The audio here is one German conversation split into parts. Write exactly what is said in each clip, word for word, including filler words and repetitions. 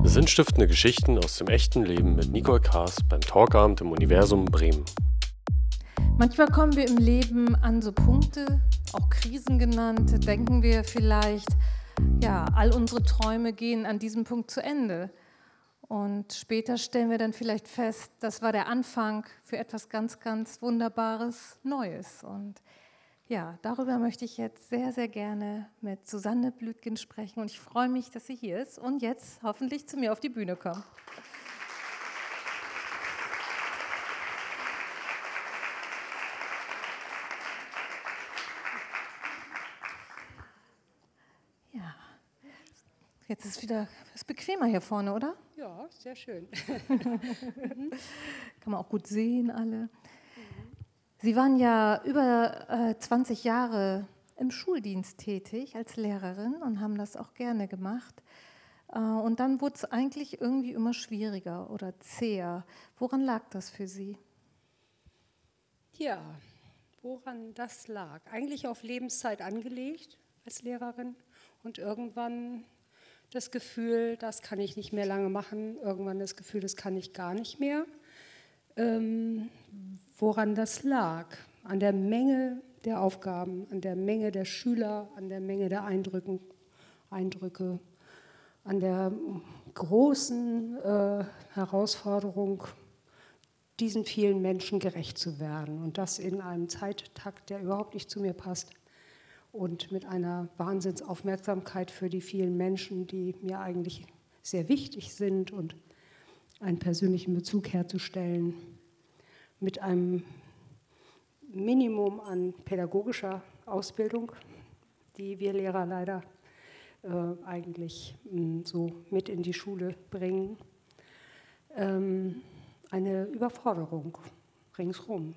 Sinnstiftende Geschichten aus dem echten Leben mit Nicole Kaas beim Talkabend im Universum Bremen. Manchmal kommen wir im Leben an so Punkte, auch Krisen genannt, denken wir vielleicht, ja, all unsere Träume gehen an diesem Punkt zu Ende. Und später stellen wir dann vielleicht fest, das war der Anfang für etwas ganz, ganz Wunderbares, Neues. Und ja, darüber möchte ich jetzt sehr, sehr gerne mit Susanne Blütgen sprechen. Und ich freue mich, dass sie hier ist und jetzt hoffentlich zu mir auf die Bühne kommt. Ja, jetzt ist wieder ist bequemer hier vorne, oder? Ja, sehr schön. Kann man auch gut sehen, alle. Sie waren ja über äh, zwanzig Jahre im Schuldienst tätig als Lehrerin und haben das auch gerne gemacht. Äh, und dann wurde es eigentlich irgendwie immer schwieriger oder zäher. Woran lag das für Sie? Ja, woran das lag? Eigentlich auf Lebenszeit angelegt als Lehrerin und irgendwann das Gefühl, das kann ich nicht mehr lange machen. Irgendwann das Gefühl, das kann ich gar nicht mehr. Ähm, woran das lag? An der Menge der Aufgaben, an der Menge der Schüler, an der Menge der Eindrücken, Eindrücke, an der großen äh, Herausforderung, diesen vielen Menschen gerecht zu werden. Und das in einem Zeittakt, der überhaupt nicht zu mir passt. Und mit einer Wahnsinnsaufmerksamkeit für die vielen Menschen, die mir eigentlich sehr wichtig sind und einen persönlichen Bezug herzustellen, mit einem Minimum an pädagogischer Ausbildung, die wir Lehrer leider äh, eigentlich mh, so mit in die Schule bringen, ähm, eine Überforderung ringsherum.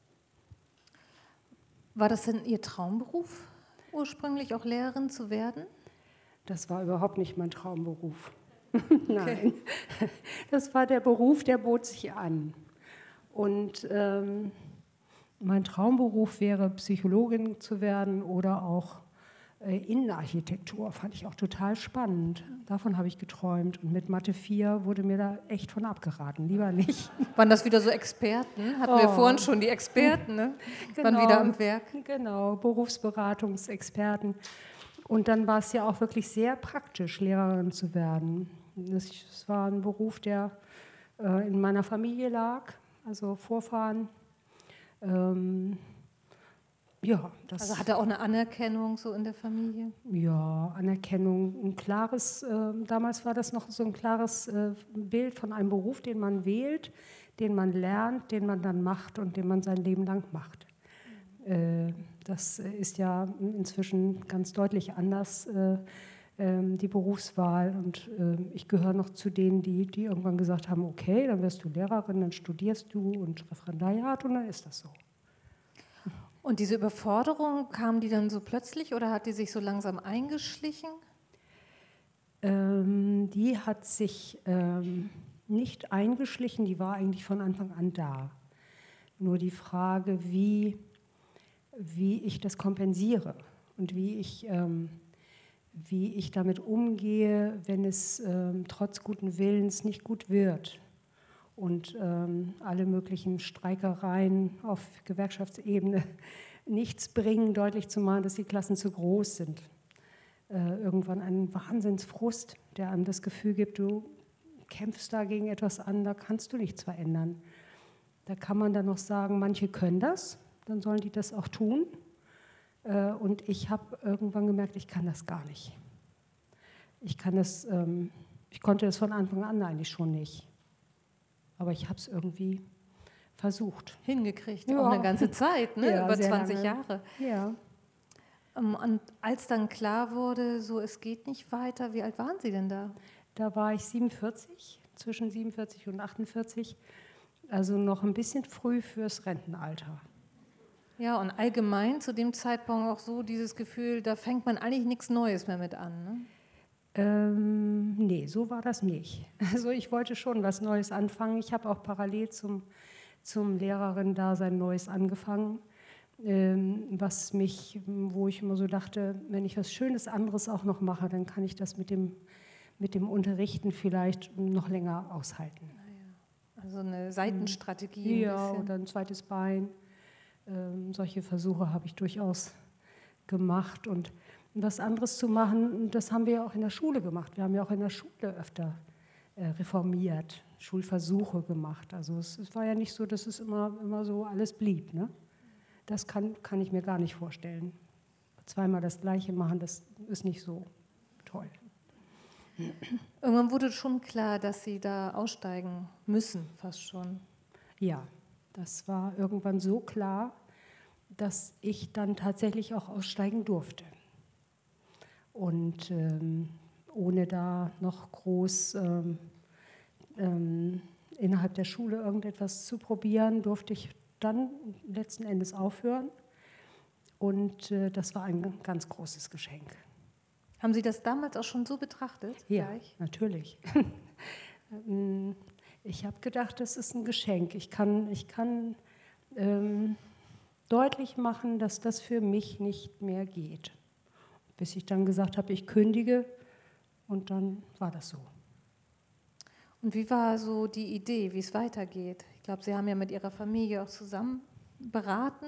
War das denn Ihr Traumberuf, ursprünglich auch Lehrerin zu werden? Das war überhaupt nicht mein Traumberuf. Nein, das war der Beruf, der bot sich an. Und ähm, mein Traumberuf wäre, Psychologin zu werden oder auch äh, Innenarchitektur. Fand ich auch total spannend. Davon habe ich geträumt. Und mit Mathe vier wurde mir da echt von abgeraten. Lieber nicht. Waren das wieder so Experten? Hatten Oh. wir vorhin schon die Experten, ne? Genau, Waren wieder am Werk. Genau, Berufsberatungsexperten. Und dann war es ja auch wirklich sehr praktisch, Lehrerin zu werden. Das war ein Beruf, der äh, in meiner Familie lag, also Vorfahren. Ähm, ja, das Also hat er auch eine Anerkennung so in der Familie? Ja, Anerkennung, ein klares, äh, damals war das noch so ein klares äh, Bild von einem Beruf, den man wählt, den man lernt, den man dann macht und den man sein Leben lang macht. Äh, das ist ja inzwischen ganz deutlich anders, äh, äh, die Berufswahl. Und äh, ich gehöre noch zu denen, die, die irgendwann gesagt haben, okay, dann wirst du Lehrerin, dann studierst du und Referendariat und dann ist das so. Und diese Überforderung, kam die dann so plötzlich oder hat die sich so langsam eingeschlichen? Ähm, die hat sich ähm, nicht eingeschlichen, die war eigentlich von Anfang an da. Nur die Frage, wie, wie ich das kompensiere und wie ich, ähm, wie ich damit umgehe, wenn es ähm, trotz guten Willens nicht gut wird. Und ähm, alle möglichen Streikereien auf Gewerkschaftsebene nichts bringen, deutlich zu machen, dass die Klassen zu groß sind. Äh, irgendwann ein Wahnsinnsfrust, der einem das Gefühl gibt, du kämpfst da gegen etwas an, da kannst du nichts verändern. Da kann man dann noch sagen, manche können das, dann sollen die das auch tun. Äh, und ich habe irgendwann gemerkt, ich kann das gar nicht. Ich kann das, ähm, ich konnte das von Anfang an eigentlich schon nicht. Aber ich habe es irgendwie versucht. Hingekriegt, Ja. auch eine ganze Zeit, ne? Ja, über sehr zwanzig lange. Jahre. Ja. Ähm, Und als dann klar wurde, so es geht nicht weiter, wie alt waren Sie denn da? Da war ich siebenundvierzig, zwischen siebenundvierzig und achtundvierzig, also noch ein bisschen früh fürs Rentenalter. Ja, und allgemein zu dem Zeitpunkt auch so dieses Gefühl, da fängt man eigentlich nichts Neues mehr mit an, ne? Ähm, nee, so war das nicht. Also ich wollte schon was Neues anfangen. Ich habe auch parallel zum, zum Lehrerin-Dasein Neues angefangen, ähm, was mich, wo ich immer so dachte, wenn ich was Schönes anderes auch noch mache, dann kann ich das mit dem mit dem Unterrichten vielleicht noch länger aushalten. Also eine Seitenstrategie. Ja, ein bisschen. oder ein zweites Bein. Ähm, solche Versuche habe ich durchaus gemacht. Und was anderes zu machen, das haben wir ja auch in der Schule gemacht. Wir haben ja auch in der Schule öfter äh, reformiert, Schulversuche gemacht. Also es, es war ja nicht so, dass es immer, immer so alles blieb. Ne? Das kann, kann ich mir gar nicht vorstellen. Zweimal das Gleiche machen, das ist nicht so toll. Irgendwann wurde schon klar, dass Sie da aussteigen müssen, fast schon. Ja, das war irgendwann so klar, dass ich dann tatsächlich auch aussteigen durfte. Und ähm, ohne da noch groß ähm, ähm, innerhalb der Schule irgendetwas zu probieren, durfte ich dann letzten Endes aufhören. Und äh, das war ein ganz großes Geschenk. Haben Sie das damals auch schon so betrachtet? Ja, gleich? natürlich. Ich habe gedacht, das ist ein Geschenk. Ich kann, ich kann ähm, deutlich machen, dass das für mich nicht mehr geht. Bis ich dann gesagt habe, ich kündige, und dann war das so. Und wie war so die Idee, wie es weitergeht? Ich glaube, Sie haben ja mit Ihrer Familie auch zusammen beraten.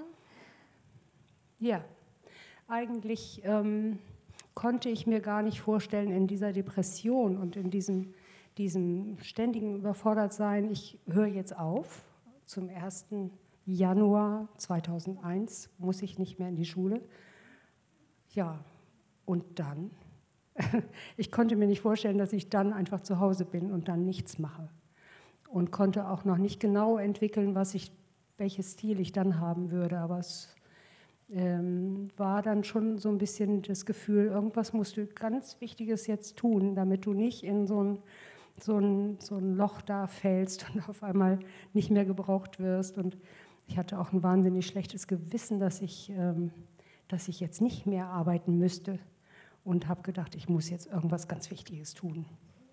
Ja, eigentlich ähm, konnte ich mir gar nicht vorstellen, in dieser Depression und in diesem, diesem ständigen Überfordertsein, ich höre jetzt auf. Zum ersten Januar zweitausendeins muss ich nicht mehr in die Schule. Ja, und dann? Ich konnte mir nicht vorstellen, dass ich dann einfach zu Hause bin und dann nichts mache. Und konnte auch noch nicht genau entwickeln, was ich, welches Stil ich dann haben würde. Aber es ähm, war dann schon so ein bisschen das Gefühl, irgendwas musst du ganz Wichtiges jetzt tun, damit du nicht in so ein, so ein, so ein Loch da fällst und auf einmal nicht mehr gebraucht wirst. Und ich hatte auch ein wahnsinnig schlechtes Gewissen, dass ich, ähm, dass ich jetzt nicht mehr arbeiten müsste. Und habe gedacht, ich muss jetzt irgendwas ganz Wichtiges tun.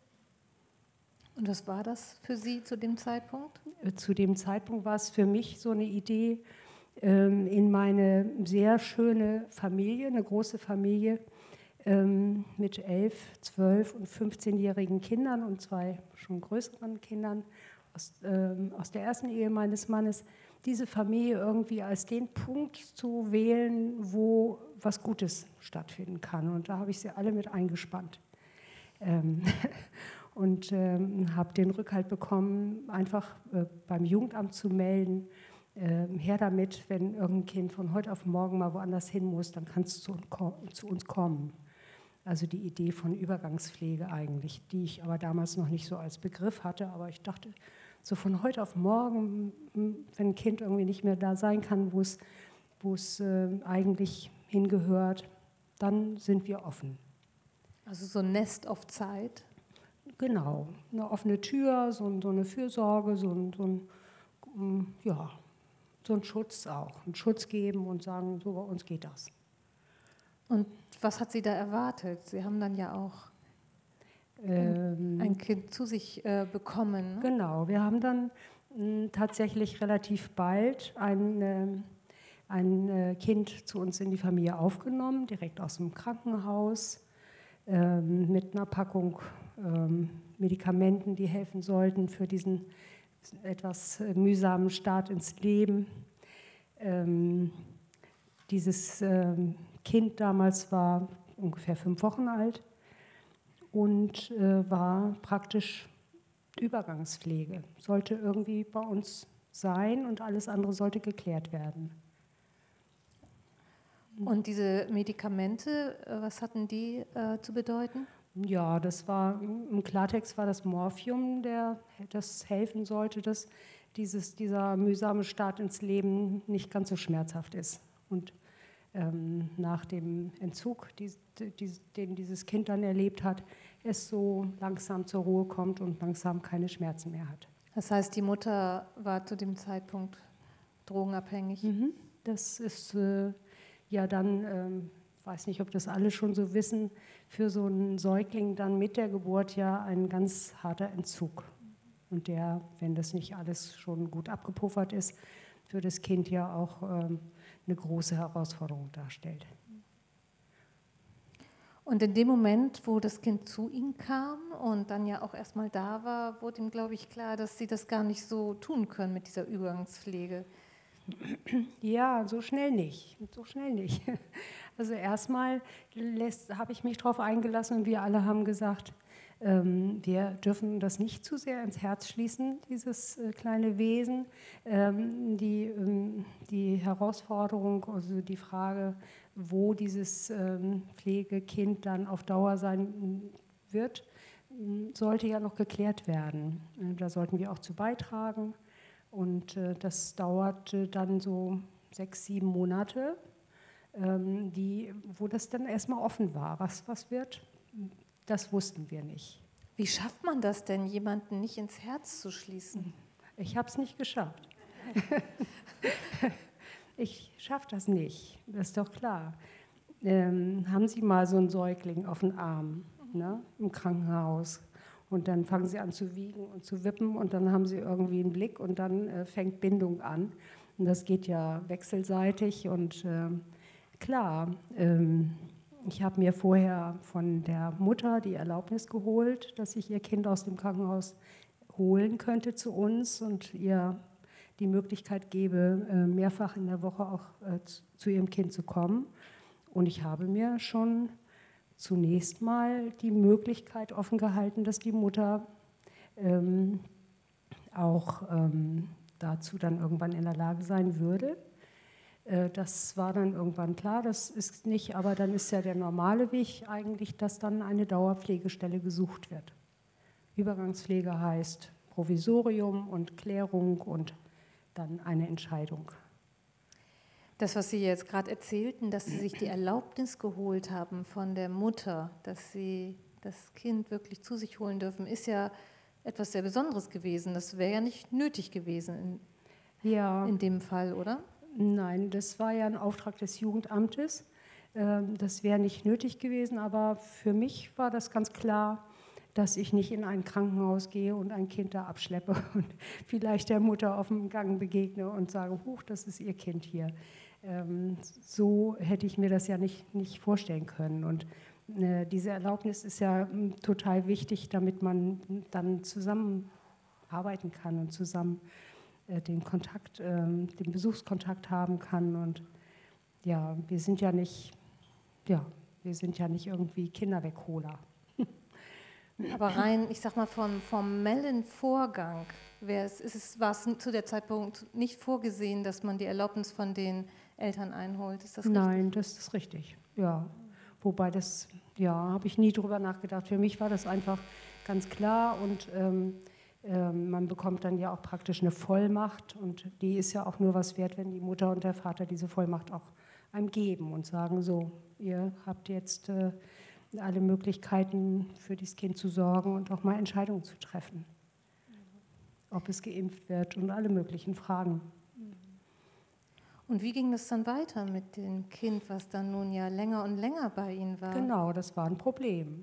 Und was war das für Sie zu dem Zeitpunkt? Zu dem Zeitpunkt war es für mich so eine Idee, in meine sehr schöne Familie, eine große Familie mit elf, zwölf und fünfzehnjährigen Kindern und zwei schon größeren Kindern aus, aus der ersten Ehe meines Mannes, diese Familie irgendwie als den Punkt zu wählen, wo was Gutes stattfinden kann. Und da habe ich sie alle mit eingespannt. Ähm, und ähm, habe den Rückhalt bekommen, einfach äh, beim Jugendamt zu melden, äh, her damit, wenn irgendein Kind von heute auf morgen mal woanders hin muss, dann kannst du zu, zu uns kommen. Also die Idee von Übergangspflege eigentlich, die ich aber damals noch nicht so als Begriff hatte, aber ich dachte, so von heute auf morgen, wenn ein Kind irgendwie nicht mehr da sein kann, wo es, wo es äh, eigentlich hingehört, dann sind wir offen. Also so ein Nest auf Zeit? Genau, eine offene Tür, so, so eine Fürsorge, so ein, so, ein, ja, so ein Schutz auch. Einen Schutz geben und sagen, so bei uns geht das. Und was hat Sie da erwartet? Sie haben dann ja auch Ähm, ein Kind zu sich äh, bekommen. Ne? Genau, wir haben dann mh, tatsächlich relativ bald ein, äh, ein äh, Kind zu uns in die Familie aufgenommen, direkt aus dem Krankenhaus, ähm, mit einer Packung ähm, Medikamenten, die helfen sollten für diesen etwas äh, mühsamen Start ins Leben. Ähm, dieses ähm, Kind damals war ungefähr fünf Wochen alt und äh, war praktisch Übergangspflege. Sollte irgendwie bei uns sein und alles andere sollte geklärt werden. Und diese Medikamente, was hatten die äh, zu bedeuten? Ja, das war, im Klartext war das Morphium, der, das helfen sollte, dass dieses, dieser mühsame Start ins Leben nicht ganz so schmerzhaft ist. Und ähm, nach dem Entzug, die, die, den dieses Kind dann erlebt hat, es so langsam zur Ruhe kommt und langsam keine Schmerzen mehr hat. Das heißt, die Mutter war zu dem Zeitpunkt drogenabhängig? Mhm. Das ist äh, ja dann, ähm, weiß nicht, ob das alle schon so wissen, für so einen Säugling dann mit der Geburt ja ein ganz harter Entzug. Und der, wenn das nicht alles schon gut abgepuffert ist, für das Kind ja auch ähm, eine große Herausforderung darstellt. Und in dem Moment, wo das Kind zu Ihnen kam und dann ja auch erstmal da war, wurde ihm, glaube ich, klar, dass Sie das gar nicht so tun können mit dieser Übergangspflege. Ja, so schnell nicht, so schnell nicht. Also erstmal habe ich mich darauf eingelassen und wir alle haben gesagt, ähm, wir dürfen das nicht zu sehr ins Herz schließen, dieses äh, kleine Wesen. Ähm, die, ähm, die Herausforderung, also die Frage, wo dieses ähm, Pflegekind dann auf Dauer sein wird, sollte ja noch geklärt werden. Da sollten wir auch zu beitragen. Und äh, das dauerte dann so sechs, sieben Monate, ähm, die, wo das dann erstmal offen war. Was, was wird, das wussten wir nicht. Wie schafft man das denn, jemanden nicht ins Herz zu schließen? Ich habe es nicht geschafft. Ich schaffe das nicht, das ist doch klar. Ähm, haben Sie mal so einen Säugling auf den Arm, ne, im Krankenhaus? Und dann fangen sie an zu wiegen und zu wippen und dann haben sie irgendwie einen Blick und dann äh, fängt Bindung an. Und das geht ja wechselseitig und äh, klar, ähm, ich habe mir vorher von der Mutter die Erlaubnis geholt, dass ich ihr Kind aus dem Krankenhaus holen könnte zu uns und ihr die Möglichkeit gebe, äh, mehrfach in der Woche auch äh, zu, zu ihrem Kind zu kommen. Und ich habe mir schon zunächst mal die Möglichkeit offen gehalten, dass die Mutter ähm, auch ähm, dazu dann irgendwann in der Lage sein würde. Äh, das war dann irgendwann klar, das ist nicht, aber dann ist ja der normale Weg eigentlich, dass dann eine Dauerpflegestelle gesucht wird. Übergangspflege heißt Provisorium und Klärung und dann eine Entscheidung. Das, was Sie jetzt gerade erzählten, dass Sie sich die Erlaubnis geholt haben von der Mutter, dass Sie das Kind wirklich zu sich holen dürfen, ist ja etwas sehr Besonderes gewesen. Das wäre ja nicht nötig gewesen in, ja. in dem Fall, oder? Nein, das war ja ein Auftrag des Jugendamtes. Das wäre nicht nötig gewesen, aber für mich war das ganz klar, dass ich nicht in ein Krankenhaus gehe und ein Kind da abschleppe und vielleicht der Mutter auf dem Gang begegne und sage, huch, das ist ihr Kind hier. Ähm, so hätte ich mir das ja nicht, nicht vorstellen können. Und äh, diese Erlaubnis ist ja m, total wichtig, damit man dann zusammen arbeiten kann und zusammen äh, den Kontakt, äh, den Besuchskontakt haben kann. Und ja, wir sind ja nicht, ja, wir sind ja nicht irgendwie Kinderwegholer. Aber rein, ich sag mal, vom formellen Vorgang ist es, war es zu der Zeitpunkt nicht vorgesehen, dass man die Erlaubnis von den Eltern einholt. Ist das richtig? Nein, das ist richtig, ja. Wobei das, ja, habe ich nie drüber nachgedacht. Für mich war das einfach ganz klar und ähm, ähm, man bekommt dann ja auch praktisch eine Vollmacht und die ist ja auch nur was wert, wenn die Mutter und der Vater diese Vollmacht auch einem geben und sagen, so, ihr habt jetzt äh, alle Möglichkeiten für dieses Kind zu sorgen und auch mal Entscheidungen zu treffen, ob es geimpft wird und alle möglichen Fragen. Und wie ging das dann weiter mit dem Kind, was dann nun ja länger und länger bei Ihnen war? Genau, das war ein Problem.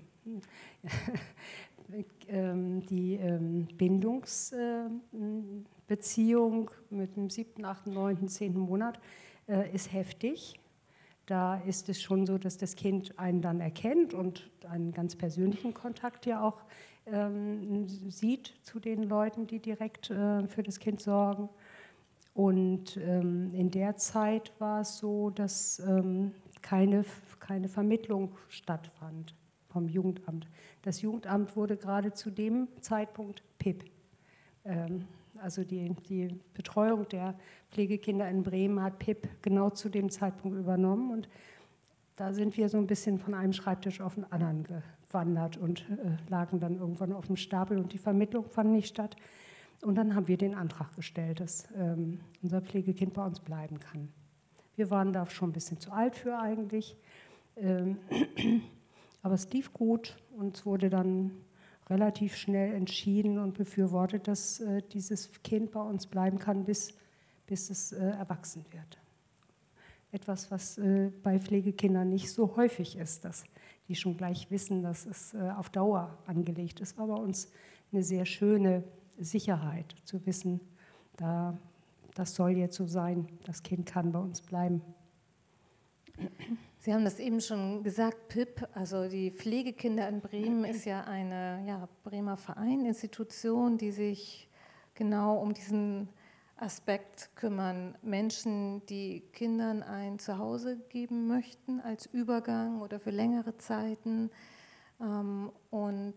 Die Bindungsbeziehung mit dem siebten, achten, neunten, zehnten Monat ist heftig. Da ist es schon so, dass das Kind einen dann erkennt und einen ganz persönlichen Kontakt ja auch ähm, sieht zu den Leuten, die direkt äh, für das Kind sorgen. Und ähm, in der Zeit war es so, dass ähm, keine, keine Vermittlung stattfand vom Jugendamt. Das Jugendamt wurde gerade zu dem Zeitpunkt P I P. Ähm, also die, die Betreuung der Pflegekinder in Bremen hat P I P genau zu dem Zeitpunkt übernommen. Und da sind wir so ein bisschen von einem Schreibtisch auf den anderen gewandert und äh, lagen dann irgendwann auf dem Stapel und die Vermittlung fand nicht statt. Und dann haben wir den Antrag gestellt, dass ähm, unser Pflegekind bei uns bleiben kann. Wir waren da schon ein bisschen zu alt für eigentlich, ähm, aber es lief gut und es wurde dann relativ schnell entschieden und befürwortet, dass äh, dieses Kind bei uns bleiben kann, bis, bis es äh, erwachsen wird. Etwas, was äh, bei Pflegekindern nicht so häufig ist, dass die schon gleich wissen, dass es äh, auf Dauer angelegt ist, war bei uns eine sehr schöne Sicherheit, zu wissen, da, das soll jetzt so sein, das Kind kann bei uns bleiben. Sie haben das eben schon gesagt, P I P, also die Pflegekinder in Bremen, ist ja eine ja, Bremer Verein, Institution, die sich genau um diesen Aspekt kümmern. Menschen, die Kindern ein Zuhause geben möchten als Übergang oder für längere Zeiten. Und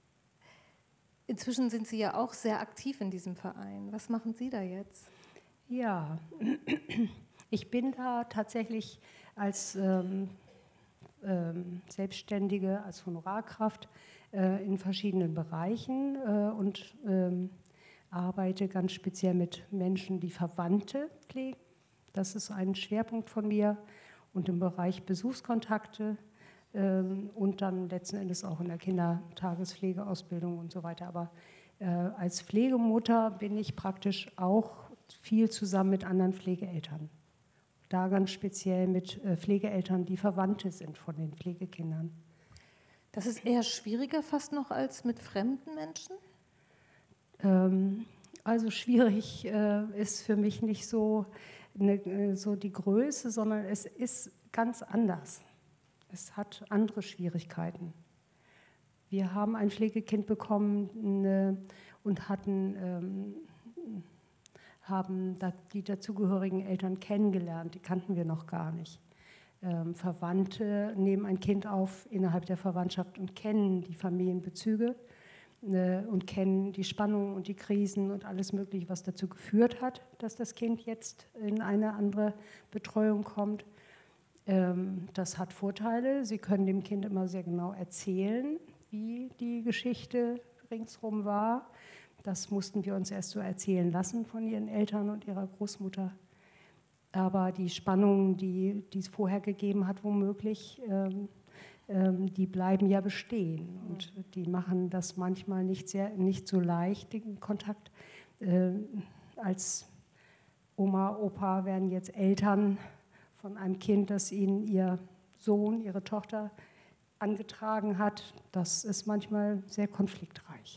inzwischen sind Sie ja auch sehr aktiv in diesem Verein. Was machen Sie da jetzt? Ja, ich bin da tatsächlich als ähm, ähm, Selbstständige, als Honorarkraft äh, in verschiedenen Bereichen äh, und ähm, arbeite ganz speziell mit Menschen, die Verwandte pflegen. Das ist ein Schwerpunkt von mir und im Bereich Besuchskontakte ähm, und dann letzten Endes auch in der Kindertagespflegeausbildung und so weiter. Aber äh, als Pflegemutter bin ich praktisch auch viel zusammen mit anderen Pflegeeltern. Da ganz speziell mit äh, Pflegeeltern, die Verwandte sind von den Pflegekindern. Das ist eher schwieriger fast noch als mit fremden Menschen? Ähm, also schwierig äh, ist für mich nicht so, eine, so die Größe, sondern es ist ganz anders. Es hat andere Schwierigkeiten. Wir haben ein Pflegekind bekommen eine, und hatten, ähm, haben die dazugehörigen Eltern kennengelernt, die kannten wir noch gar nicht. Ähm, Verwandte nehmen ein Kind auf innerhalb der Verwandtschaft und kennen die Familienbezüge äh, und kennen die Spannungen und die Krisen und alles Mögliche, was dazu geführt hat, dass das Kind jetzt in eine andere Betreuung kommt. Ähm, das hat Vorteile. Sie können dem Kind immer sehr genau erzählen, wie die Geschichte ringsherum war. Das mussten wir uns erst so erzählen lassen von ihren Eltern und ihrer Großmutter. Aber die Spannungen, die, die es vorher gegeben hat, womöglich, ähm, ähm, die bleiben ja bestehen. Und die machen das manchmal nicht, sehr, nicht so leicht, den Kontakt. Äh, als Oma, Opa werden jetzt Eltern von einem Kind, das ihnen ihr Sohn, ihre Tochter angetragen hat. Das ist manchmal sehr konfliktreich.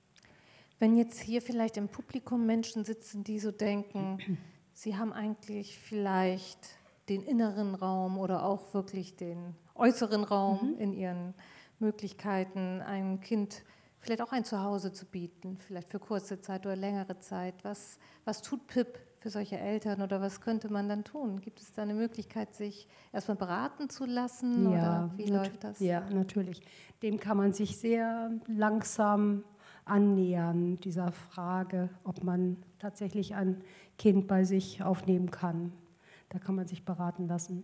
Wenn jetzt hier vielleicht im Publikum Menschen sitzen, die so denken, sie haben eigentlich vielleicht den inneren Raum oder auch wirklich den äußeren Raum mhm. in ihren Möglichkeiten, einem Kind vielleicht auch ein Zuhause zu bieten, vielleicht für kurze Zeit oder längere Zeit. Was, was tut P I P für solche Eltern oder was könnte man dann tun? Gibt es da eine Möglichkeit, sich erstmal beraten zu lassen ja, oder wie läuft das? Ja, natürlich. Dem kann man sich sehr langsam annähern, dieser Frage, ob man tatsächlich ein Kind bei sich aufnehmen kann. Da kann man sich beraten lassen.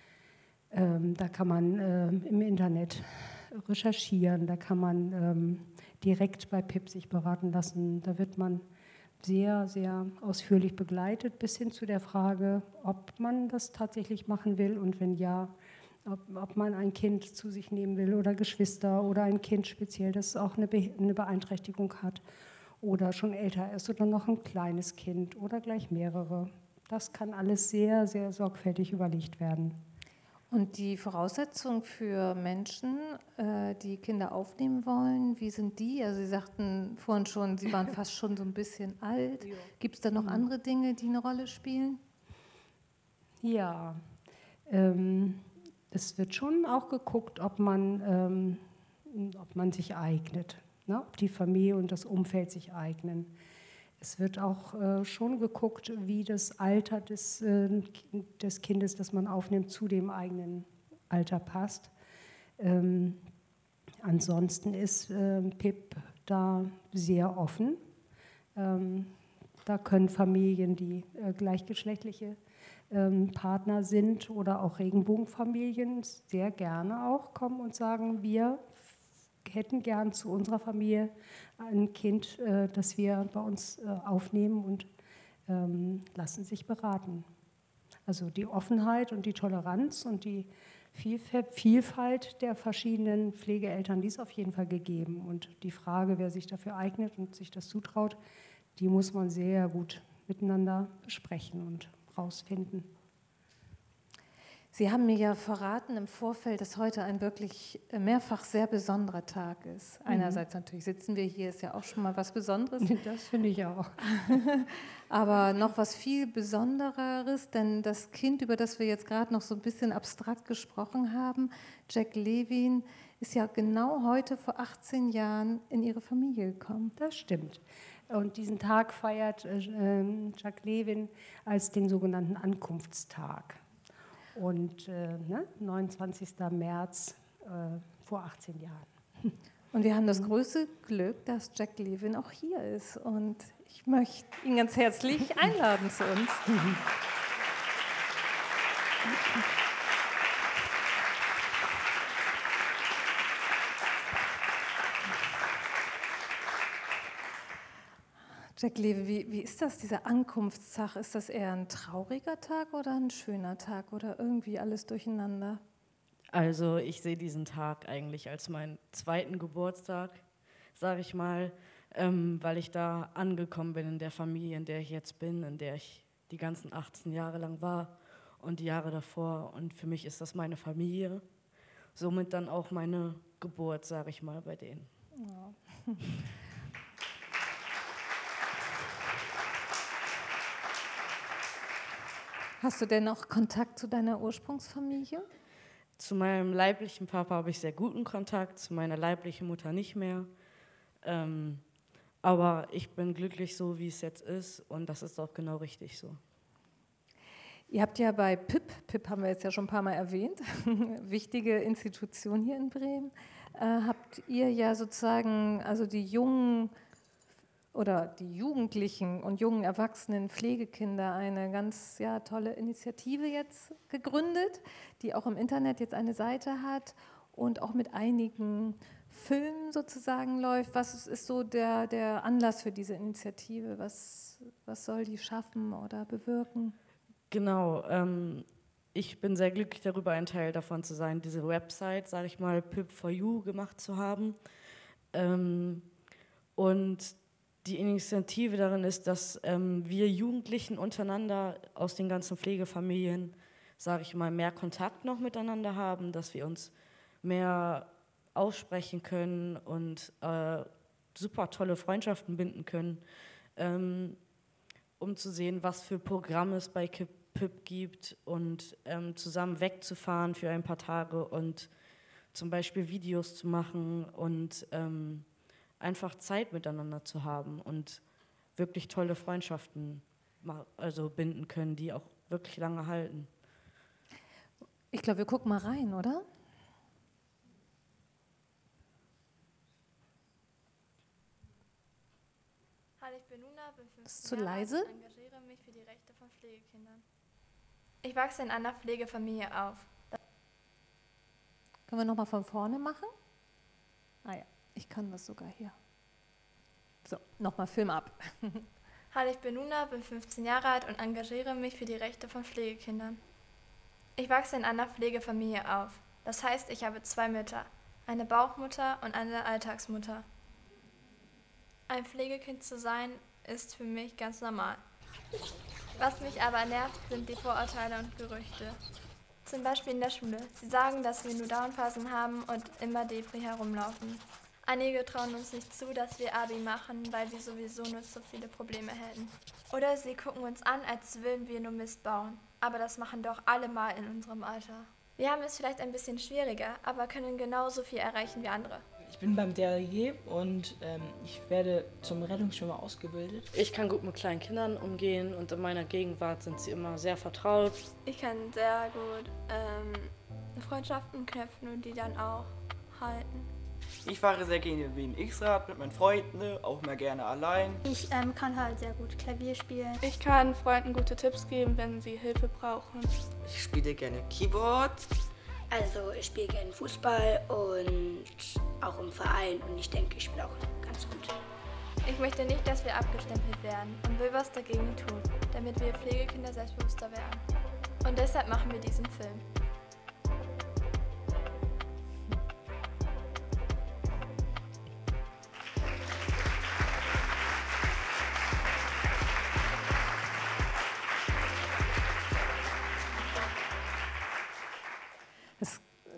Ähm, da kann man äh, im Internet recherchieren, da kann man ähm, direkt bei P I P sich beraten lassen. Da wird man sehr, sehr ausführlich begleitet, bis hin zu der Frage, ob man das tatsächlich machen will und wenn ja, ob, ob man ein Kind zu sich nehmen will oder Geschwister oder ein Kind speziell, das auch eine, Be- eine Beeinträchtigung hat oder schon älter ist oder noch ein kleines Kind oder gleich mehrere. Das kann alles sehr, sehr sorgfältig überlegt werden. Und die Voraussetzungen für Menschen, äh, die Kinder aufnehmen wollen, wie sind die? Also Sie sagten vorhin schon, Sie waren fast schon so ein bisschen alt. Gibt es da noch andere Dinge, die eine Rolle spielen? Ja, ähm, es wird schon auch geguckt, ob man, ähm, ob man sich eignet, ne? Ob die Familie und das Umfeld sich eignen. Es wird auch äh, schon geguckt, wie das Alter des, äh, des Kindes, das man aufnimmt, zu dem eigenen Alter passt. Ähm, ansonsten ist äh, P I P da sehr offen. Ähm, da können Familien, die äh, gleichgeschlechtliche ähm, Partner sind oder auch Regenbogenfamilien sehr gerne auch kommen und sagen, wir hätten gern zu unserer Familie ein Kind, äh, das wir bei uns äh, aufnehmen und ähm, lassen sich beraten. Also die Offenheit und die Toleranz und die Vielfalt der verschiedenen Pflegeeltern, die ist auf jeden Fall gegeben. Und die Frage, wer sich dafür eignet und sich das zutraut, die muss man sehr gut miteinander besprechen und rausfinden. Sie haben mir ja verraten im Vorfeld, dass heute ein wirklich mehrfach sehr besonderer Tag ist. Mhm. Einerseits natürlich sitzen wir hier, ist ja auch schon mal was Besonderes. Das finde ich auch. Aber noch was viel Besondereres, denn das Kind, über das wir jetzt gerade noch so ein bisschen abstrakt gesprochen haben, Jack Levin, ist ja genau heute vor achtzehn Jahren in Ihre Familie gekommen. Das stimmt. Und diesen Tag feiert äh, Jack Levin als den sogenannten Ankunftstag. Und äh, ne, neunundzwanzigsten März äh, vor achtzehn Jahren. Und wir haben das große Glück, dass Jack Levin auch hier ist. Und ich möchte ihn ganz herzlich einladen zu uns. Jack Levin, wie, wie ist das, dieser Ankunftstag? Ist das eher ein trauriger Tag oder ein schöner Tag oder irgendwie alles durcheinander? Also ich sehe diesen Tag eigentlich als meinen zweiten Geburtstag, sage ich mal, ähm, weil ich da angekommen bin in der Familie, in der ich jetzt bin, in der ich die ganzen achtzehn Jahre lang war und die Jahre davor. Und für mich ist das meine Familie, somit dann auch meine Geburt, sage ich mal, bei denen. Ja. Hast du denn noch Kontakt zu deiner Ursprungsfamilie? Zu meinem leiblichen Papa habe ich sehr guten Kontakt, zu meiner leiblichen Mutter nicht mehr. Ähm, aber ich bin glücklich so, wie es jetzt ist, und das ist auch genau richtig so. Ihr habt ja bei P I P, P I P haben wir jetzt ja schon ein paar Mal erwähnt, wichtige Institution hier in Bremen, äh, habt ihr ja sozusagen, also die jungen oder die Jugendlichen und jungen Erwachsenen Pflegekinder eine ganz ja, tolle Initiative jetzt gegründet, die auch im Internet jetzt eine Seite hat und auch mit einigen Filmen sozusagen läuft. Was ist so der, der Anlass für diese Initiative? Was, was soll die schaffen oder bewirken? Genau, ähm, ich bin sehr glücklich darüber, ein Teil davon zu sein, diese Website, sage ich mal, P I P for You gemacht zu haben. Ähm, und die Initiative darin ist, dass ähm, wir Jugendlichen untereinander aus den ganzen Pflegefamilien, sage ich mal, mehr Kontakt noch miteinander haben, dass wir uns mehr aussprechen können und äh, super tolle Freundschaften binden können, ähm, um zu sehen, was für Programme es bei P I P gibt und ähm, zusammen wegzufahren für ein paar Tage und zum Beispiel Videos zu machen und ähm, einfach Zeit miteinander zu haben und wirklich tolle Freundschaften also binden können, die auch wirklich lange halten. Ich glaube, wir gucken mal rein, oder? Hallo, ich bin Luna, bin fünfzehn Ist zu Jahre leise? alt und engagiere mich für die Rechte von Pflegekindern. Ich wachse in einer Pflegefamilie auf. Können wir nochmal von vorne machen? Ah ja, ich kann das sogar hier. So, nochmal Film ab. Hallo, ich bin Luna, bin fünfzehn Jahre alt und engagiere mich für die Rechte von Pflegekindern. Ich wachse in einer Pflegefamilie auf. Das heißt, ich habe zwei Mütter, eine Bauchmutter und eine Alltagsmutter. Ein Pflegekind zu sein, ist für mich ganz normal. Was mich aber nervt, sind die Vorurteile und Gerüchte. Zum Beispiel in der Schule. Sie sagen, dass wir nur Downphasen haben und immer Depri herumlaufen. Einige trauen uns nicht zu, dass wir Abi machen, weil wir sowieso nur so viele Probleme hätten. Oder sie gucken uns an, als würden wir nur Mist bauen. Aber das machen doch alle mal in unserem Alter. Wir haben es vielleicht ein bisschen schwieriger, aber können genauso viel erreichen wie andere. Ich bin beim D R G und ähm, ich werde zum Rettungsschwimmer ausgebildet. Ich kann gut mit kleinen Kindern umgehen und in meiner Gegenwart sind sie immer sehr vertraut. Ich kann sehr gut ähm, Freundschaften knüpfen und die dann auch halten. Ich fahre sehr gerne wie ein X-Rad mit meinen Freunden, auch mal gerne allein. Ich ähm, kann halt sehr gut Klavier spielen. Ich kann Freunden gute Tipps geben, wenn sie Hilfe brauchen. Ich spiele gerne Keyboard. Also ich spiele gerne Fußball und auch im Verein und ich denke, ich bin auch ganz gut. Ich möchte nicht, dass wir abgestempelt werden und will was dagegen tun, damit wir Pflegekinder selbstbewusster werden. Und deshalb machen wir diesen Film.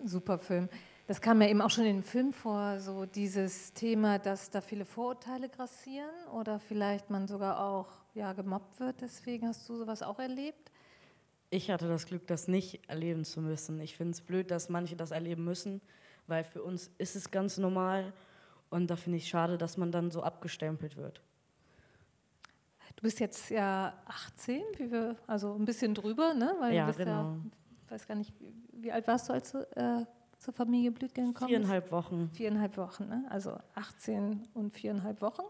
Super Film. Das kam ja eben auch schon in dem Film vor, so dieses Thema, dass da viele Vorurteile grassieren oder vielleicht man sogar auch ja, gemobbt wird. Deswegen hast du sowas auch erlebt? Ich hatte das Glück, das nicht erleben zu müssen. Ich finde es blöd, dass manche das erleben müssen, weil für uns ist es ganz normal und da finde ich schade, dass man dann so abgestempelt wird. Du bist jetzt ja achtzehn, wie wir, also ein bisschen drüber, ne? Weil ja, du bist genau. ja, ich weiß gar nicht, wie, wie alt warst du, als du äh, zur Familie Blütgen gekommen bist? Viereinhalb Wochen. Viereinhalb Wochen, ne? Also achtzehn und viereinhalb Wochen.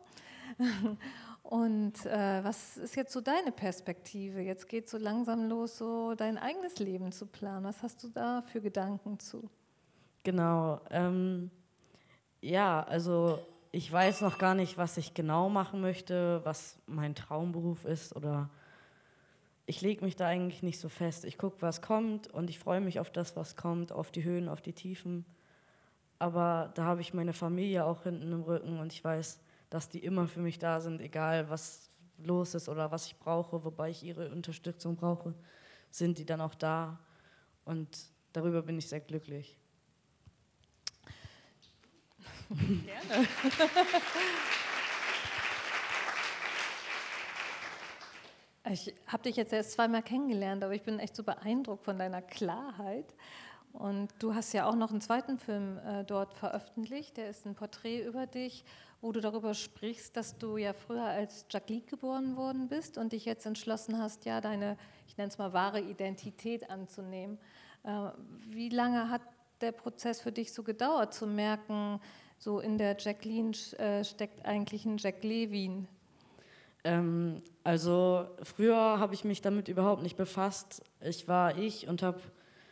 Und äh, was ist jetzt so deine Perspektive? Jetzt geht so langsam los, so dein eigenes Leben zu planen. Was hast du da für Gedanken zu? Genau. Ähm, ja, also ich weiß noch gar nicht, was ich genau machen möchte, was mein Traumberuf ist oder ich lege mich da eigentlich nicht so fest. Ich gucke, was kommt und ich freue mich auf das, was kommt, auf die Höhen, auf die Tiefen. Aber da habe ich meine Familie auch hinten im Rücken und ich weiß, dass die immer für mich da sind, egal was los ist oder was ich brauche, wobei ich ihre Unterstützung brauche, sind die dann auch da und darüber bin ich sehr glücklich. Gerne. Ich habe dich jetzt erst zweimal kennengelernt, aber ich bin echt so beeindruckt von deiner Klarheit. Und du hast ja auch noch einen zweiten Film äh, dort veröffentlicht, der ist ein Porträt über dich, wo du darüber sprichst, dass du ja früher als Jacqueline geboren worden bist und dich jetzt entschlossen hast, ja deine, ich nenne es mal, wahre Identität anzunehmen. Äh, wie lange hat der Prozess für dich so gedauert, zu merken, so in der Jacqueline äh, steckt eigentlich ein Jack Levin? Ähm, also früher habe ich mich damit überhaupt nicht befasst. Ich war ich und habe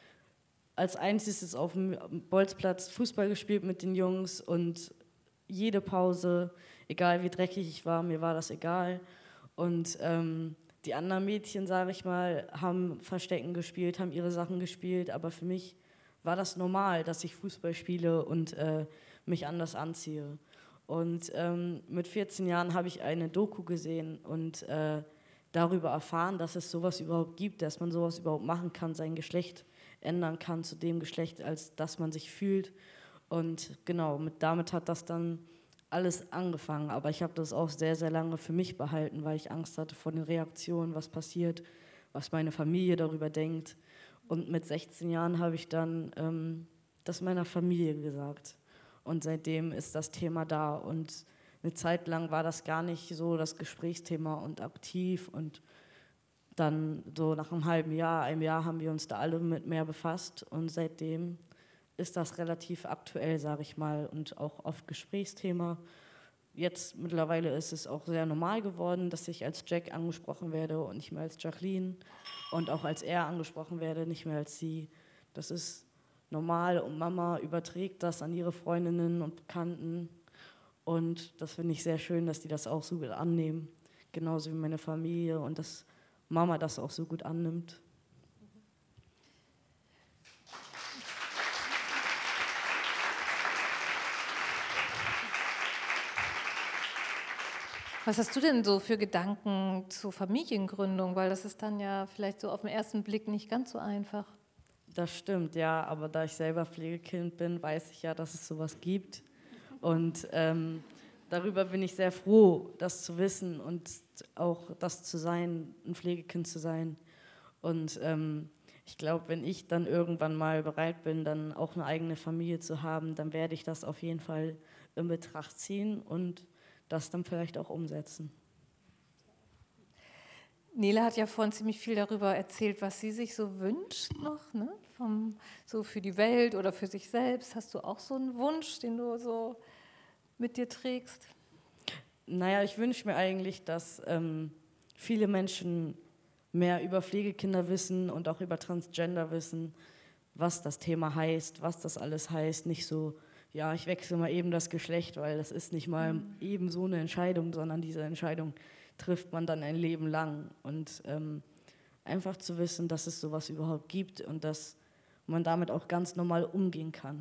als einziges auf dem Bolzplatz Fußball gespielt mit den Jungs und jede Pause, egal wie dreckig ich war, mir war das egal. Und ähm, die anderen Mädchen, sage ich mal, haben Verstecken gespielt, haben ihre Sachen gespielt, aber für mich war das normal, dass ich Fußball spiele und äh, mich anders anziehe. Und ähm, mit vierzehn Jahren habe ich eine Doku gesehen und äh, darüber erfahren, dass es sowas überhaupt gibt, dass man sowas überhaupt machen kann, sein Geschlecht ändern kann zu dem Geschlecht, als dass man sich fühlt. Und genau, mit, damit hat das dann alles angefangen. Aber ich habe das auch sehr, sehr lange für mich behalten, weil ich Angst hatte vor den Reaktionen, was passiert, was meine Familie darüber denkt. Und mit sechzehn Jahren habe ich dann ähm, das meiner Familie gesagt. Und seitdem ist das Thema da. Und eine Zeit lang war das gar nicht so das Gesprächsthema und aktiv. Und dann so nach einem halben Jahr, einem Jahr haben wir uns da alle mit mehr befasst. Und seitdem ist das relativ aktuell, sage ich mal, und auch oft Gesprächsthema. Jetzt mittlerweile ist es auch sehr normal geworden, dass ich als Jack angesprochen werde und nicht mehr als Jacqueline. Und auch als er angesprochen werde, nicht mehr als sie. Das ist normal und Mama überträgt das an ihre Freundinnen und Bekannten. Und das finde ich sehr schön, dass die das auch so gut annehmen. Genauso wie meine Familie und dass Mama das auch so gut annimmt. Was hast du denn so für Gedanken zur Familiengründung? Weil das ist dann ja vielleicht so auf den ersten Blick nicht ganz so einfach. Das stimmt, ja, aber da ich selber Pflegekind bin, weiß ich ja, dass es sowas gibt. Und ähm, darüber bin ich sehr froh, das zu wissen und auch das zu sein, ein Pflegekind zu sein. Und ähm, ich glaube, wenn ich dann irgendwann mal bereit bin, dann auch eine eigene Familie zu haben, dann werde ich das auf jeden Fall in Betracht ziehen und das dann vielleicht auch umsetzen. Nele hat ja vorhin ziemlich viel darüber erzählt, was sie sich so wünscht noch, ne? Vom, so für die Welt oder für sich selbst. Hast du auch so einen Wunsch, den du so mit dir trägst? Naja, ich wünsche mir eigentlich, dass ähm, viele Menschen mehr über Pflegekinder wissen und auch über Transgender wissen, was das Thema heißt, was das alles heißt. Nicht so, ja, ich wechsle mal eben das Geschlecht, weil das ist nicht mal mhm. eben so eine Entscheidung, sondern diese Entscheidung trifft man dann ein Leben lang. Und ähm, einfach zu wissen, dass es sowas überhaupt gibt und dass man damit auch ganz normal umgehen kann.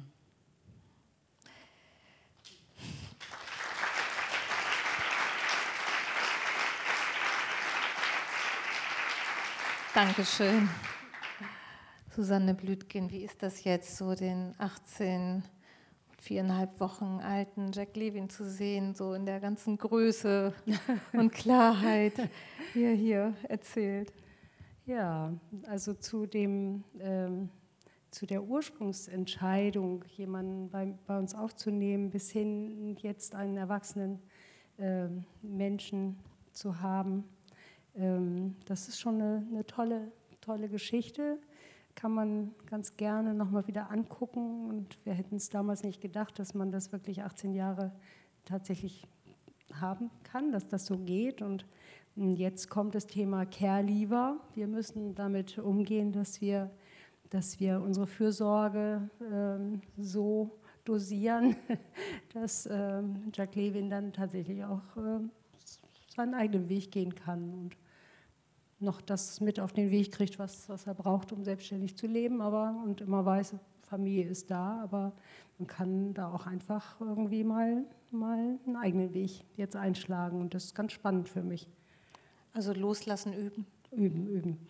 Dankeschön. Susanne Blütgen, wie ist das jetzt, so den achtzehn, viereinhalb Wochen alten Jack Levin zu sehen, so in der ganzen Größe und Klarheit, wie er hier erzählt? Ja, also zu dem, ähm, zu der Ursprungsentscheidung, jemanden bei, bei uns aufzunehmen, bis hin jetzt einen erwachsenen ähm, Menschen zu haben, ähm, das ist schon eine, eine tolle, tolle Geschichte. Kann man ganz gerne nochmal wieder angucken, und wir hätten es damals nicht gedacht, dass man das wirklich achtzehn Jahre tatsächlich haben kann, dass das so geht. Und jetzt kommt das Thema Care Leaver. Wir müssen damit umgehen, dass wir, dass wir unsere Fürsorge ähm, so dosieren, dass ähm, Jack Levin dann tatsächlich auch ähm, seinen eigenen Weg gehen kann und noch das mit auf den Weg kriegt, was, was er braucht, um selbstständig zu leben, aber und immer weiß, Familie ist da, aber man kann da auch einfach irgendwie mal, mal einen eigenen Weg jetzt einschlagen, und das ist ganz spannend für mich. Also loslassen, üben. Üben, üben.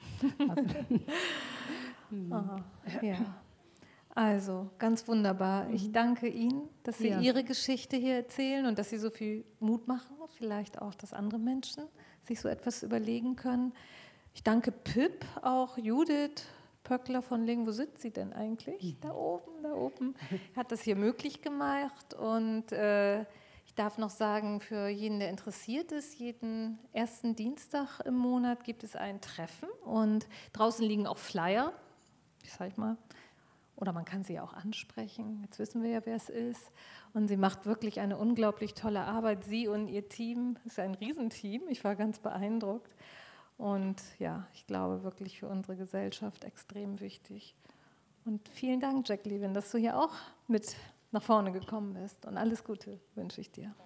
Aha, ja. Also, ganz wunderbar. Ich danke Ihnen, dass Sie Ja. Ihre Geschichte hier erzählen und dass Sie so viel Mut machen, vielleicht auch, dass andere Menschen sich so etwas überlegen können. Ich danke Pip, auch Judith Pöckler von Ling. Wo sitzt sie denn eigentlich? Da oben, da oben. Hat das hier möglich gemacht, und äh, ich darf noch sagen, für jeden, der interessiert ist, jeden ersten Dienstag im Monat gibt es ein Treffen, und draußen liegen auch Flyer. Ich sag mal. Oder man kann sie auch ansprechen. Jetzt wissen wir ja, wer es ist. Und sie macht wirklich eine unglaublich tolle Arbeit. Sie und ihr Team, das ist ein Riesenteam. Ich war ganz beeindruckt. Und ja, ich glaube wirklich für unsere Gesellschaft extrem wichtig. Und vielen Dank, Jack Levin, dass du hier auch mit nach vorne gekommen bist. Und alles Gute wünsche ich dir.